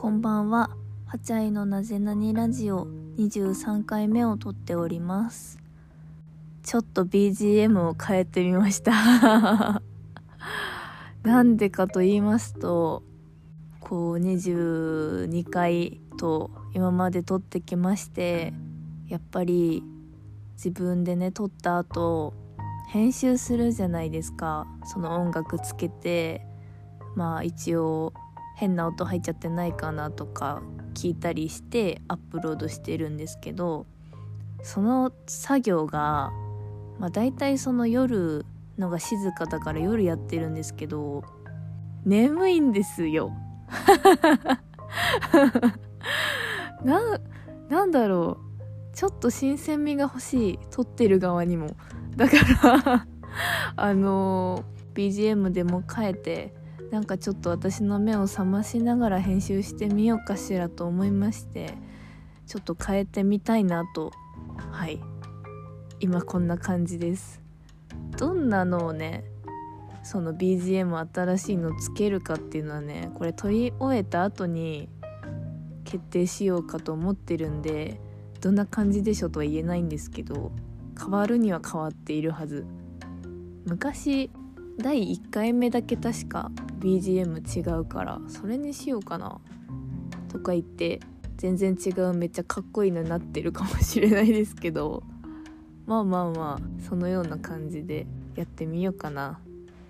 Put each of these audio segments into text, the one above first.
こんばんは。はちゃいのなぜなにラジオ23回目を撮っております。ちょっと BGM を変えてみましたなんでかと言いますと、22回と今まで撮ってきまして、やっぱり自分でね撮った後編集するじゃないですか。その音楽つけて、一応変な音入っちゃってないかなとか聞いたりしてアップロードしてるんですけど、その作業がだいたいその夜のが静かだから夜やってるんですけど、眠いんですよなんだろう、ちょっと新鮮味が欲しい、撮ってる側にも。だからBGM でも変えて、なんかちょっと私の目を覚ましながら編集してみようかしらと思いまして、ちょっと変えてみたいなと。今こんな感じです。どんなのをね、その BGM 新しいのつけるかっていうのはね、これ撮り終えた後に決定しようかと思ってるんで、どんな感じでしょとは言えないんですけど、変わるには変わっているはず。昔第1回目だけ確か BGM 違うから、それにしようかなとか言って全然違うめっちゃかっこいいのになってるかもしれないですけど、そのような感じでやってみようかな。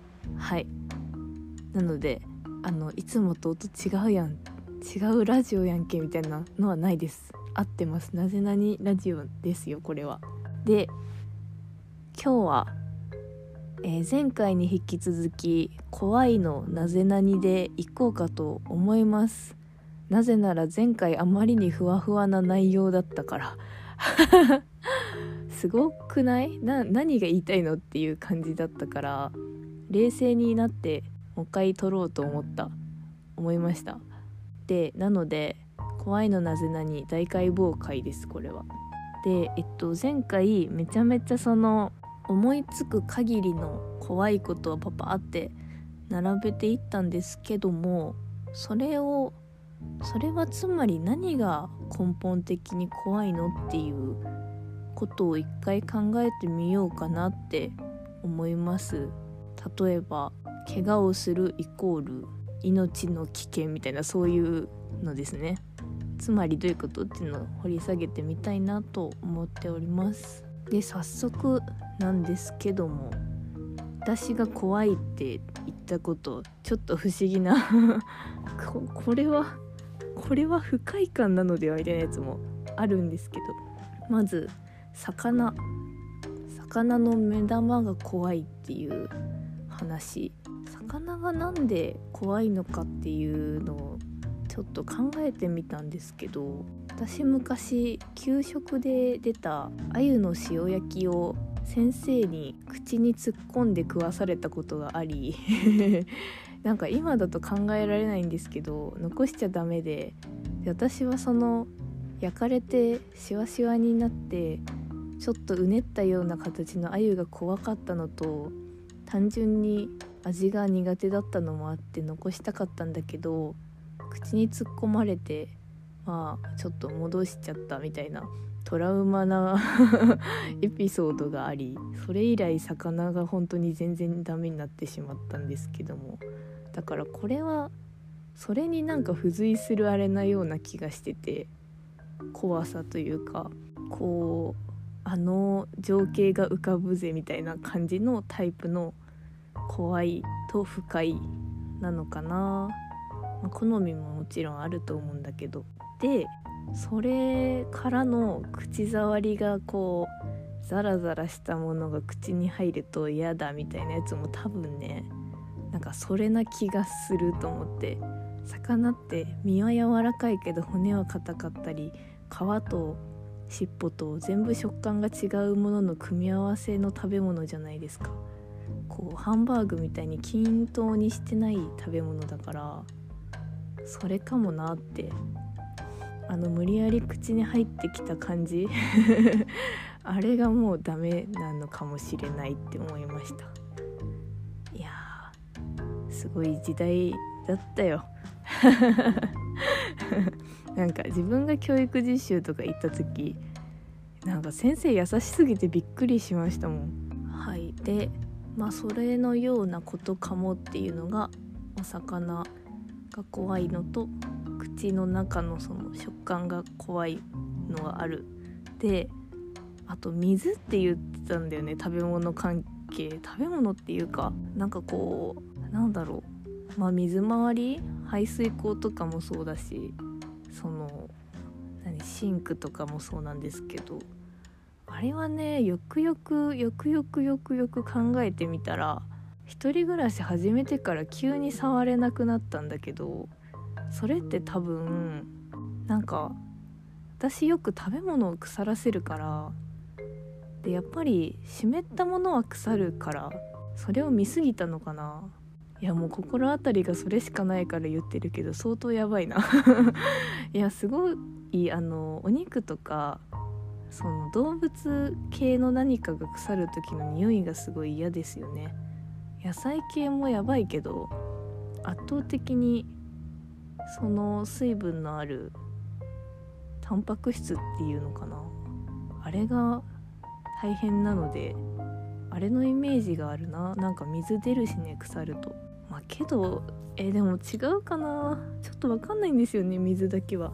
なのでいつもと音違うやん、違うラジオやんけみたいなのはないです。合ってます。なぜなにラジオですよ、これは。で、今日は前回に引き続き怖いのなぜなにでいこうかと思います。なぜなら前回あまりにふわふわな内容だったからすごくない？何が言いたいのっていう感じだったから、冷静になってもう一回撮ろうと思いました。で、なので怖いのなぜなに大解剖会です、これは。で、前回めちゃめちゃその思いつく限りの怖いことをパパって並べていったんですけども、それはつまり何が根本的に怖いのっていうことを一回考えてみようかなって思います。例えば怪我をするイコール命の危険みたいな、そういうのですね。つまりどういうことっていうのを掘り下げてみたいなと思っております。で、早速なんですけども、私が怖いって言ったことちょっと不思議なこれは不快感なのではみたいなやつもあるんですけど、まず魚の目玉が怖いっていう話。魚がなんで怖いのかっていうのをちょっと考えてみたんですけど、私昔給食で出た鮎の塩焼きを先生に口に突っ込んで食わされたことがありなんか今だと考えられないんですけど、残しちゃダメで、私はその焼かれてシワシワになってちょっとうねったような形の鮎が怖かったのと、単純に味が苦手だったのもあって残したかったんだけど、口に突っ込まれてちょっと戻しちゃったみたいなトラウマなエピソードがあり、それ以来魚が本当に全然ダメになってしまったんですけども、だからこれはそれになんか付随するあれなような気がしてて、怖さというか、情景が浮かぶぜみたいな感じのタイプの怖いと不快なのかな。好みももちろんあると思うんだけど、でそれからの口触りがザラザラしたものが口に入ると嫌だみたいなやつも多分ね、なんかそれな気がすると思って。魚って身は柔らかいけど骨は硬かったり、皮と尻尾と全部食感が違うものの組み合わせの食べ物じゃないですか。ハンバーグみたいに均等にしてない食べ物だから、それかもなって。無理やり口に入ってきた感じあれがもうダメなのかもしれないって思いました。いやー、すごい時代だったよなんか自分が教育実習とか行った時、なんか先生優しすぎてびっくりしましたもん。はい。でそれのようなことかもっていうのが、お魚が怖いのと口の中のその食感が怖いのがある。であと水って言ってたんだよね。食べ物関係、食べ物っていうか、なんかこうなんだろう、水回り、排水口とかもそうだし、そのシンクとかもそうなんですけど、あれはね、よくよく考えてみたら、一人暮らし始めてから急に触れなくなったんだけど、それって多分なんか私よく食べ物を腐らせるから、でやっぱり湿ったものは腐るから、それを見過ぎたのかな。いやもう心当たりがそれしかないから言ってるけど、相当やばいないやすごいお肉とかその動物系の何かが腐る時の匂いがすごい嫌ですよね。野菜系もやばいけど、圧倒的にその水分のあるタンパク質っていうのかな、あれが大変なので、あれのイメージがあるな。なんか水出るしね、腐ると。けどでも違うかな、ちょっと分かんないんですよね、水だけは。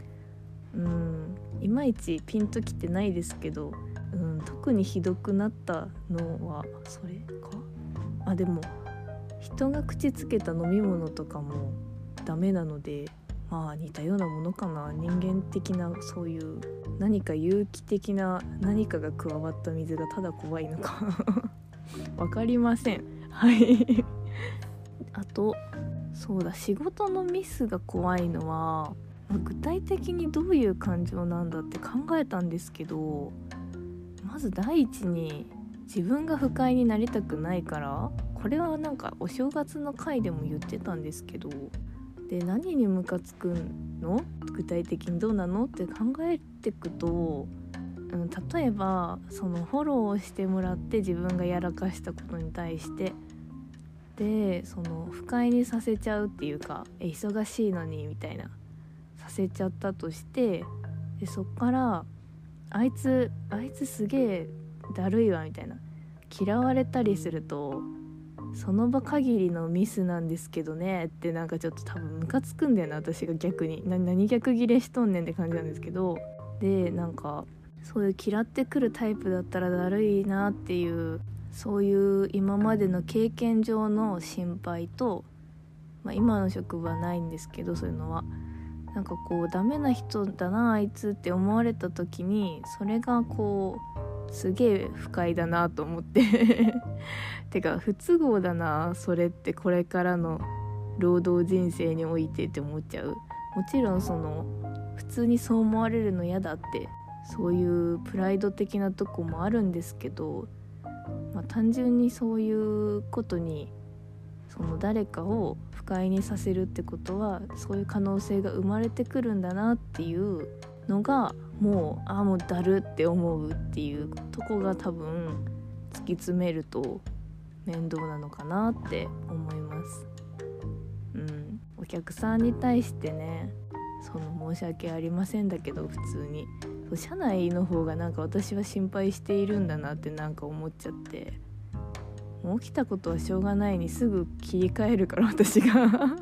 いまいちピンときてないですけど、特にひどくなったのはそれか。でも人が口つけた飲み物とかもダメなので、似たようなものかな。人間的なそういう何か有機的な何かが加わった水がただ怖いのかわかりません。はいあとそうだ、仕事のミスが怖いのは、具体的にどういう感情なんだって考えたんですけど、まず第一に自分が不快になりたくないから。これはなんかお正月の回でも言ってたんですけど、で何にムカつくの、具体的にどうなのって考えてくと、例えばそのフォローをしてもらって自分がやらかしたことに対してで、その不快にさせちゃうっていうか、忙しいのにみたいなさせちゃったとして、でそっからあいつすげえだるいわみたいな嫌われたりすると、その場限りのミスなんですけどねって、なんかちょっと多分ムカつくんだよな、私が逆に。何逆ギレしとんねんって感じなんですけど、でなんかそういう嫌ってくるタイプだったらだるいなっていう、そういう今までの経験上の心配と、今の職場はないんですけど、そういうのはなんかこうダメな人だなあいつって思われた時に、それがこうすげえ不快だなと思っててか不都合だなそれって、これからの労働人生においてって思っちゃう。もちろんその普通にそう思われるの嫌だって、そういうプライド的なとこもあるんですけど、単純にそういうことにその誰かを不快にさせるってことは、そういう可能性が生まれてくるんだなっていうのが、もうだるって思うっていうとこが多分突き詰めると面倒なのかなって思います。お客さんに対してね、その申し訳ありませんだけど、普通に社内の方がなんか私は心配しているんだなってなんか思っちゃって、もう起きたことはしょうがないにすぐ切り替えるから私が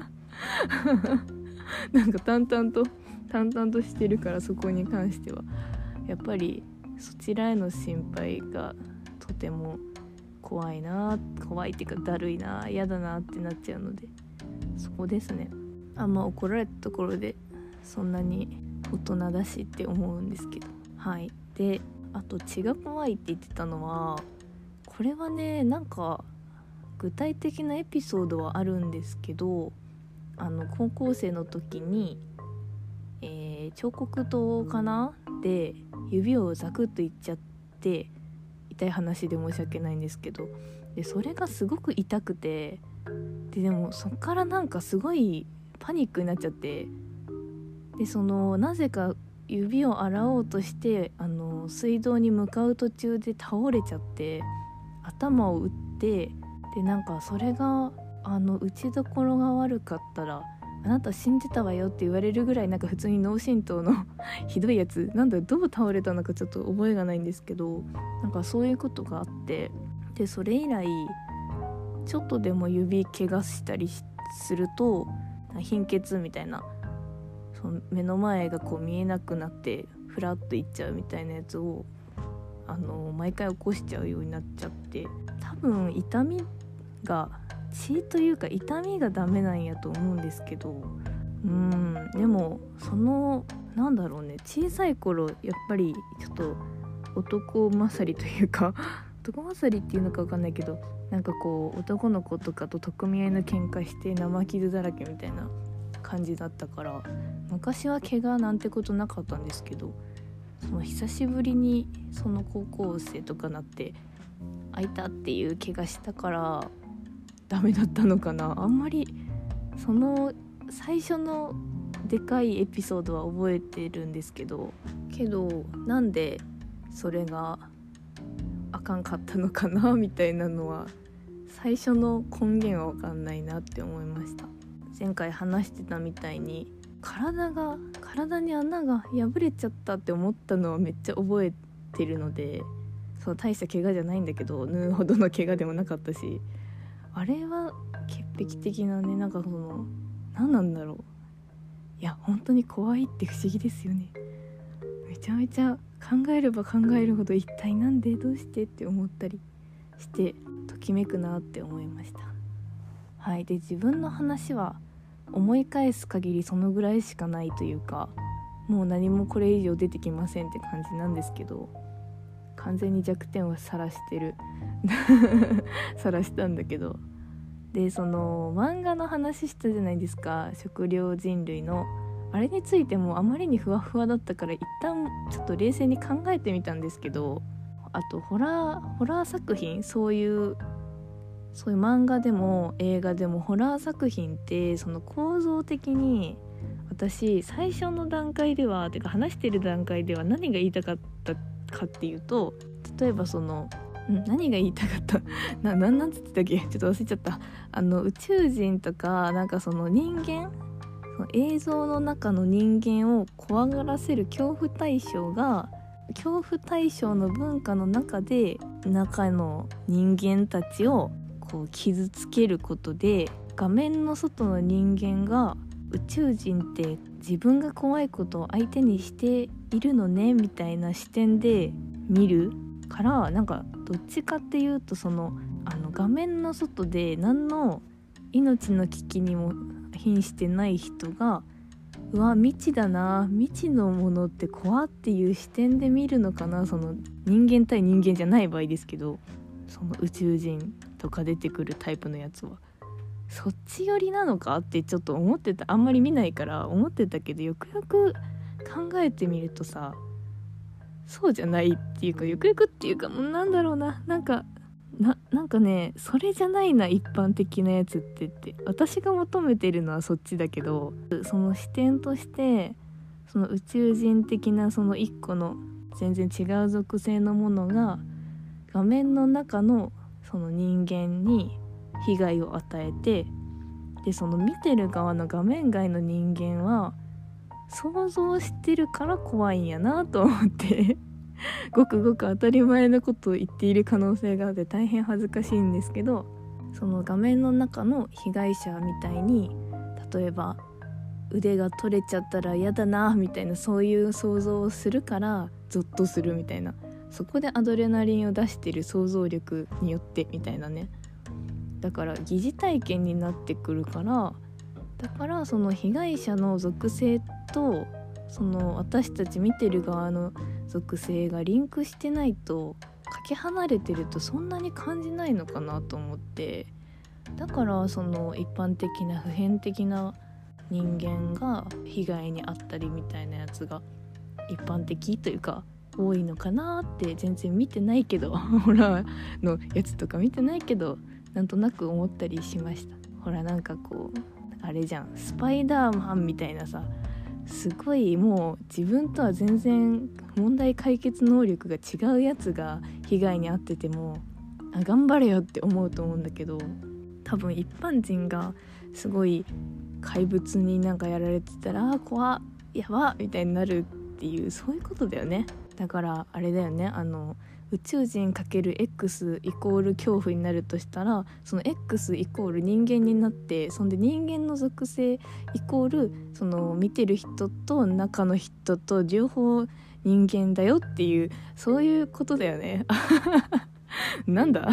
なんか淡々としてるから、そこに関してはやっぱりそちらへの心配がとても怖いっていうかだるいな、嫌だなってなっちゃうので、そこですね。怒られたところでそんなに大人だしって思うんですけど、はい。であと血が怖いって言ってたのは、これはね、なんか具体的なエピソードはあるんですけど、高校生の時に、彫刻刀かなで指をザクッといっちゃって、痛い話で申し訳ないんですけど、でそれがすごく痛くて、でもそっからなんかすごいパニックになっちゃって、でそのなぜか指を洗おうとして水道に向かう途中で倒れちゃって、頭を打って、でなんかそれが打ちどころが悪かったらあなた死んでたわよって言われるぐらいなんか普通に脳震盪のひどいやつ、なんだどう倒れたのかちょっと覚えがないんですけど、なんかそういうことがあって、でそれ以来ちょっとでも指怪我したりすると貧血みたいな、その目の前がこう見えなくなってフラッといっちゃうみたいなやつを毎回起こしちゃうようになっちゃって、多分痛みが血というか痛みがダメなんやと思うんですけど、でもそのなんだろうね、小さい頃やっぱりちょっと男勝りというか男勝りっていうのか分かんないけど、なんかこう男の子とかと取っ組み合いの喧嘩して生傷だらけみたいな感じだったから、昔は怪我なんてことなかったんですけど、その久しぶりにその高校生とかなって開いたっていう怪我したからダメだったのかな。あんまりその最初のでかいエピソードは覚えてるんですけどなんでそれがあかんかったのかなみたいなのは最初の根源は分かんないなって思いました。前回話してたみたいに体に穴が破れちゃったって思ったのはめっちゃ覚えてるので、そう大した怪我じゃないんだけど縫うほどの怪我でもなかったし、あれは潔癖的なね、なんかその何なんだろう、いや本当に怖いって不思議ですよね。めちゃめちゃ考えれば考えるほど一体なんでどうしてって思ったりしてときめくなって思いました。はい。で自分の話は思い返す限りそのぐらいしかないというか、もう何もこれ以上出てきませんって感じなんですけど、完全に弱点を晒してる晒したんだけど、でその漫画の話したじゃないですか、食料人類のあれについてもあまりにふわふわだったから一旦ちょっと冷静に考えてみたんですけど、あとホラー作品、そういう漫画でも映画でもホラー作品ってその構造的に私最初の段階では話してる段階では何が言いたかったかっていうと、例えばその何が言いたかったなんつってたっけ、ちょっと忘れちゃった。宇宙人とかなんかその人間、その映像の中の人間を怖がらせる恐怖対象の文化の中で中の人間たちをこう傷つけることで、画面の外の人間が宇宙人って自分が怖いことを相手にしているのねみたいな視点で見るから、なんかどっちかっていうとその画面の外で何の命の危機にも瀕してない人がうわ未知だな、未知のものって怖っていう視点で見るのかな、その人間対人間じゃない場合ですけど、その宇宙人とか出てくるタイプのやつはそっち寄りなのかってちょっと思ってた。あんまり見ないから思ってたけど、よくよく考えてみるとさ、そうじゃないっていうか、よくよくっていうか、なんだろうな、なんかね、それじゃないな一般的なやつって私が求めてるのはそっちだけど、その視点としてその宇宙人的なその一個の全然違う属性のものが画面の中のその人間に被害を与えて、でその見てる側の画面外の人間は想像してるから怖いんやなと思ってごくごく当たり前のことを言っている可能性があって大変恥ずかしいんですけど、その画面の中の被害者みたいに、例えば腕が取れちゃったら嫌だなみたいな、そういう想像をするからゾッとするみたいな、そこでアドレナリンを出してる想像力によってみたいなね。だから疑似体験になってくるから、だからその被害者の属性とその私たち見てる側の属性がリンクしてないと、かけ離れてるとそんなに感じないのかなと思って、だからその一般的な普遍的な人間が被害に遭ったりみたいなやつが一般的というか多いのかなって、全然見てないけどホラーのやつとか見てないけどなんとなく思ったりしました。ほらなんかこうあれじゃん、スパイダーマンみたいなさ、すごいもう自分とは全然問題解決能力が違うやつが被害に遭ってても頑張れよって思うと思うんだけど、多分一般人がすごい怪物になんかやられてたら怖っやばみたいになるっていう、そういうことだよね。だからあれだよね、宇宙人× X イコール恐怖になるとしたら、その X イコール人間になって、そんで人間の属性イコールその見てる人と中の人と両方人間だよっていう、そういうことだよねなんだ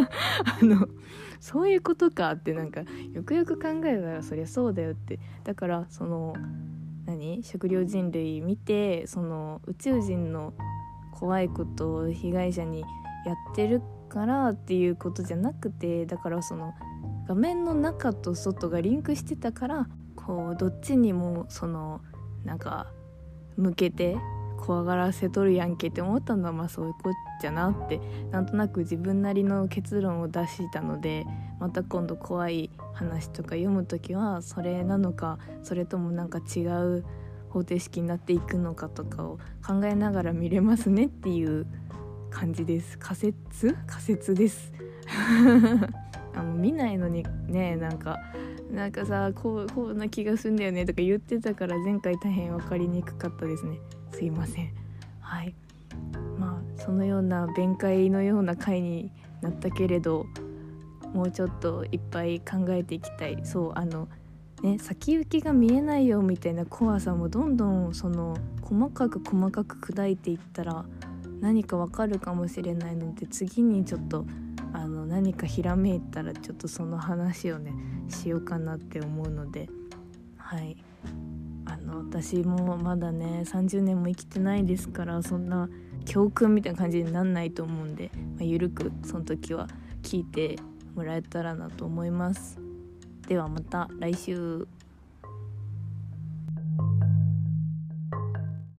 そういうことかって、なんかよくよく考えたらそりゃそうだよって。だからその食料人類見て、その宇宙人の怖いことを被害者にやってるからっていうことじゃなくて、だからその画面の中と外がリンクしてたから、こうどっちにもそのなんか向けて怖がらせとるやんけって思ったのは、まあそういうことじゃなってなんとなく自分なりの結論を出したので、また今度怖い話とか読むときはそれなのか、それともなんか違う方程式になっていくのかとかを考えながら見れますねっていう感じです。仮説です見ないのにね、なんかさこうな気がするんだよねとか言ってたから、前回大変分かりにくかったですね。すいません。はい、まあそのような弁解のような回になったけれど、もうちょっといっぱい考えていきたい。そう先行きが見えないよみたいな怖さもどんどんその細かく砕いていったら何かわかるかもしれないので、次にちょっと何かひらめいたらちょっとその話をねしようかなって思うので、はい、私もまだね30年も生きてないですから、そんな教訓みたいな感じになんないと思うんで、ゆるくその時は聞いてもらえたらなと思います。ではまた来週。